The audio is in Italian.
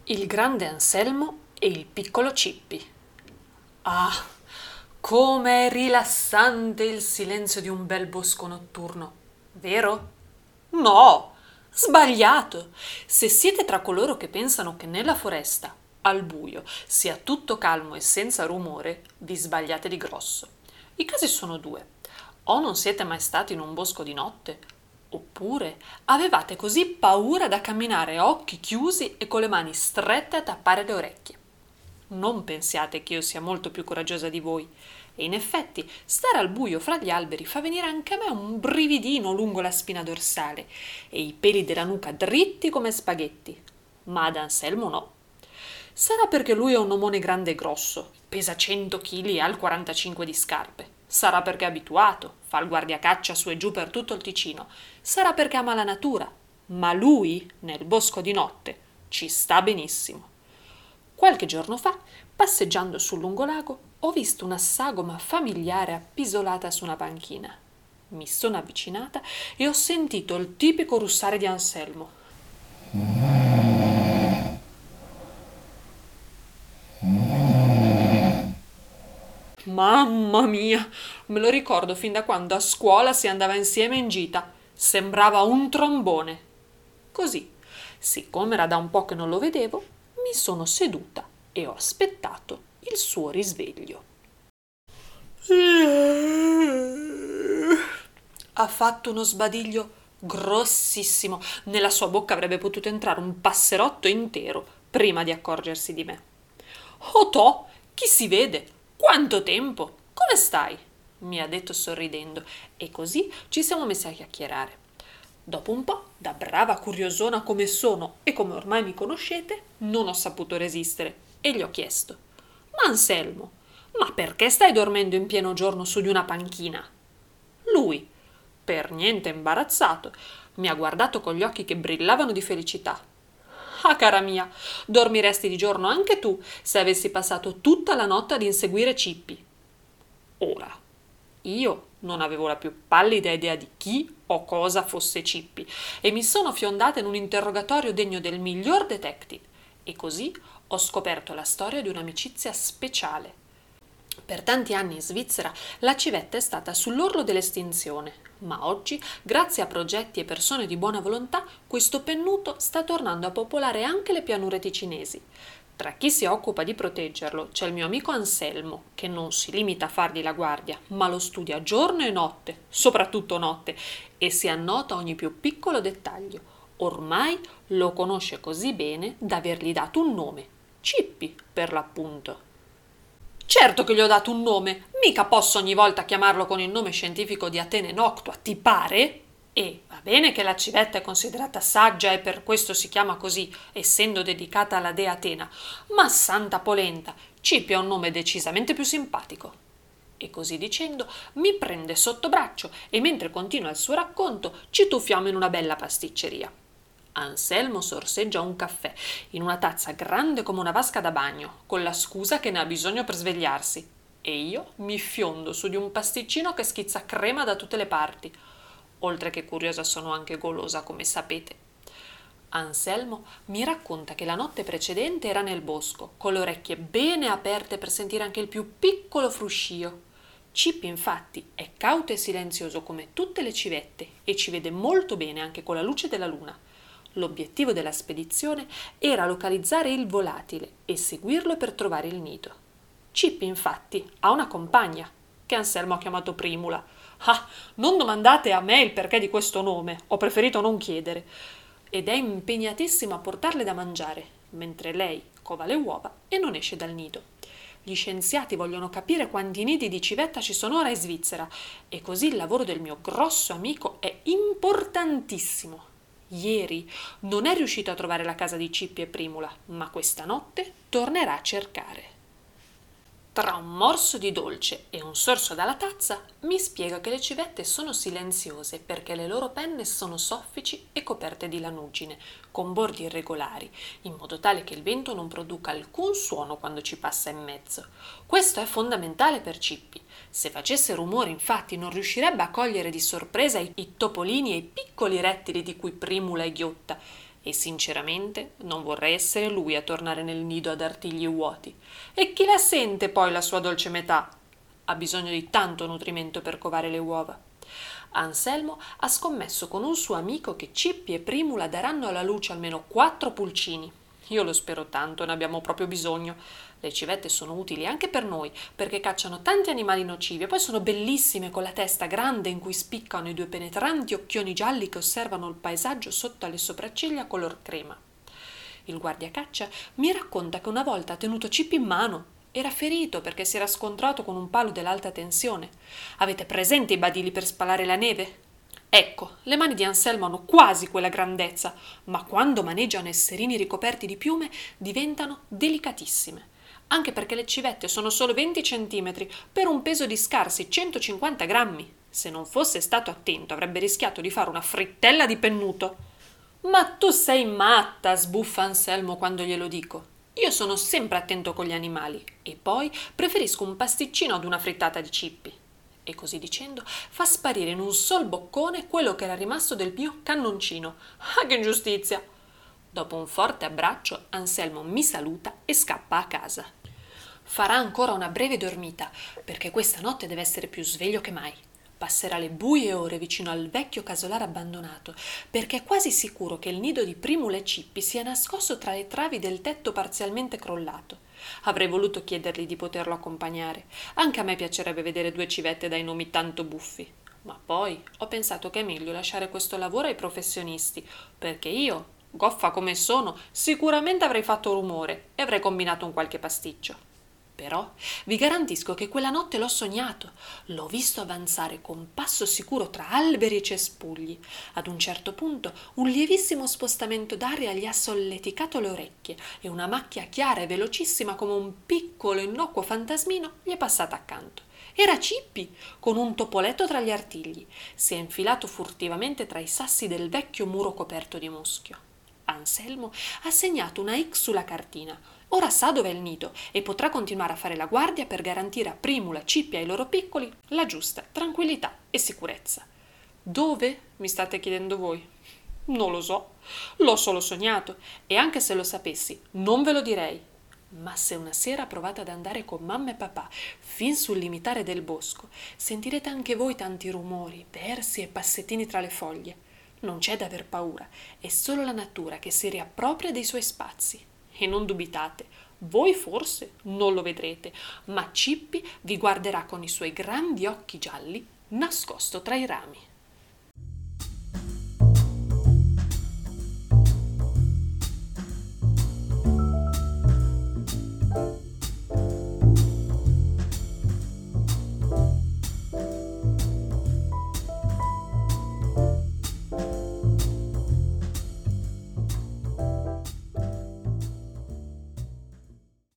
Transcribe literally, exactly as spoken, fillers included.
Il grande Anselmo e il piccolo Cippi. Ah, come è rilassante il silenzio di un bel bosco notturno, vero? No, sbagliato. Se siete tra coloro che pensano che nella foresta, al buio, sia tutto calmo e senza rumore, vi sbagliate di grosso. I casi sono due. O non siete mai stati in un bosco di notte, oppure avevate così paura da camminare a occhi chiusi e con le mani strette a tappare le orecchie. Non pensiate che io sia molto più coraggiosa di voi. E in effetti, stare al buio fra gli alberi fa venire anche a me un brividino lungo la spina dorsale e i peli della nuca dritti come spaghetti. Ma ad Anselmo no. Sarà perché lui è un omone grande e grosso, pesa cento chili e ha il quarantacinque di scarpe. Sarà perché è abituato, fa il guardiacaccia su e giù per tutto il Ticino. Sarà perché ama la natura. Ma lui, nel bosco di notte, ci sta benissimo. Qualche giorno fa, passeggiando sul lungolago, ho visto una sagoma familiare appisolata su una panchina. Mi sono avvicinata e ho sentito il tipico russare di Anselmo. Mamma mia, me lo ricordo fin da quando a scuola si andava insieme in gita. Sembrava un trombone. Così, siccome era da un po' che non lo vedevo, mi sono seduta e ho aspettato il suo risveglio. Ha fatto uno sbadiglio grossissimo. Nella sua bocca avrebbe potuto entrare un passerotto intero prima di accorgersi di me. Otò, chi si vede? Quanto tempo! Come stai? Mi ha detto sorridendo e così ci siamo messi a chiacchierare. Dopo un po', da brava curiosona come sono e come ormai mi conoscete, non ho saputo resistere e gli ho chiesto: Ma Anselmo, ma perché stai dormendo in pieno giorno su di una panchina? Lui, per niente imbarazzato, mi ha guardato con gli occhi che brillavano di felicità. Ah, cara mia, dormiresti di giorno anche tu se avessi passato tutta la notte ad inseguire Cippi. Ora, io non avevo la più pallida idea di chi o cosa fosse Cippi e mi sono fiondata in un interrogatorio degno del miglior detective e così ho scoperto la storia di un'amicizia speciale. Per tanti anni in Svizzera la civetta è stata sull'orlo dell'estinzione, ma oggi, grazie a progetti e persone di buona volontà, questo pennuto sta tornando a popolare anche le pianure ticinesi. Tra chi si occupa di proteggerlo c'è il mio amico Anselmo, che non si limita a fargli la guardia, ma lo studia giorno e notte, soprattutto notte, e si annota ogni più piccolo dettaglio. Ormai lo conosce così bene da avergli dato un nome, Cippi per l'appunto. Certo che gli ho dato un nome, mica posso ogni volta chiamarlo con il nome scientifico di Atene Noctua, ti pare? E va bene che la civetta è considerata saggia e per questo si chiama così, essendo dedicata alla dea Atena, ma santa polenta, Cippi ha un nome decisamente più simpatico. E così dicendo mi prende sotto braccio e mentre continua il suo racconto ci tuffiamo in una bella pasticceria. Anselmo sorseggia un caffè in una tazza grande come una vasca da bagno, con la scusa che ne ha bisogno per svegliarsi, e io mi fiondo su di un pasticcino che schizza crema da tutte le parti. Oltre che curiosa sono anche golosa, come sapete. Anselmo mi racconta che la notte precedente era nel bosco, con le orecchie bene aperte per sentire anche il più piccolo fruscio. Cippi infatti è cauto e silenzioso come tutte le civette e ci vede molto bene anche con la luce della luna. L'obiettivo della spedizione era localizzare il volatile e seguirlo per trovare il nido. Cippi, infatti, ha una compagna, che Anselmo ha chiamato Primula. Ah, non domandate a me il perché di questo nome, ho preferito non chiedere. Ed è impegnatissima a portarle da mangiare, mentre lei cova le uova e non esce dal nido. Gli scienziati vogliono capire quanti nidi di civetta ci sono ora in Svizzera, e così il lavoro del mio grosso amico è importantissimo. Ieri non è riuscito a trovare la casa di Cippi e Primula, ma questa notte tornerà a cercare. Tra un morso di dolce e un sorso dalla tazza mi spiega che le civette sono silenziose perché le loro penne sono soffici e coperte di lanugine, con bordi irregolari, in modo tale che il vento non produca alcun suono quando ci passa in mezzo. Questo è fondamentale per Cippi. Se facesse rumore, infatti, non riuscirebbe a cogliere di sorpresa i, i topolini e i piccoli rettili di cui Primula è ghiotta, e sinceramente non vorrei essere lui a tornare nel nido ad artigli vuoti. E chi la sente poi la sua dolce metà? Ha bisogno di tanto nutrimento per covare le uova. Anselmo ha scommesso con un suo amico che Cippi e Primula daranno alla luce almeno quattro pulcini. Io lo spero tanto, ne abbiamo proprio bisogno. Le civette sono utili anche per noi, perché cacciano tanti animali nocivi e poi sono bellissime con la testa grande in cui spiccano i due penetranti occhioni gialli che osservano il paesaggio sotto alle sopracciglia color crema. Il guardiacaccia mi racconta che una volta ha tenuto Cippi in mano. Era ferito perché si era scontrato con un palo dell'alta tensione. Avete presente i badili per spalare la neve? Ecco, le mani di Anselmo hanno quasi quella grandezza, ma quando maneggiano esserini ricoperti di piume diventano delicatissime. Anche perché le civette sono solo venti centimetri per un peso di scarsi centocinquanta grammi. Se non fosse stato attento avrebbe rischiato di fare una frittella di pennuto. Ma tu sei matta, sbuffa Anselmo quando glielo dico. Io sono sempre attento con gli animali e poi preferisco un pasticcino ad una frittata di cippi. E così dicendo fa sparire in un sol boccone quello che era rimasto del mio cannoncino. Ah, che ingiustizia! Dopo un forte abbraccio, Anselmo mi saluta e scappa a casa. Farà ancora una breve dormita, perché questa notte deve essere più sveglio che mai. Passerà le buie ore vicino al vecchio casolare abbandonato, perché è quasi sicuro che il nido di Primula e Cippi sia nascosto tra le travi del tetto parzialmente crollato. Avrei voluto chiedergli di poterlo accompagnare. Anche a me piacerebbe vedere due civette dai nomi tanto buffi. Ma poi ho pensato che è meglio lasciare questo lavoro ai professionisti, perché io, goffa come sono, sicuramente avrei fatto rumore e avrei combinato un qualche pasticcio. Però vi garantisco che quella notte l'ho sognato, l'ho visto avanzare con passo sicuro tra alberi e cespugli. Ad un certo punto un lievissimo spostamento d'aria gli ha solleticato le orecchie e una macchia chiara e velocissima come un piccolo innocuo fantasmino gli è passata accanto. Era Cippi, con un topoletto tra gli artigli. Si è infilato furtivamente tra i sassi del vecchio muro coperto di muschio. Anselmo ha segnato una X sulla cartina. Ora sa dov'è il nido e potrà continuare a fare la guardia per garantire a Primula, Cippi e ai loro piccoli la giusta tranquillità e sicurezza. Dove? Mi state chiedendo voi? Non lo so, l'ho solo sognato e anche se lo sapessi non ve lo direi. Ma se una sera provate ad andare con mamma e papà fin sul limitare del bosco, sentirete anche voi tanti rumori, versi e passettini tra le foglie. Non c'è da aver paura, è solo la natura che si riappropria dei suoi spazi. E non dubitate, voi forse non lo vedrete, ma Cippi vi guarderà con i suoi grandi occhi gialli nascosto tra i rami.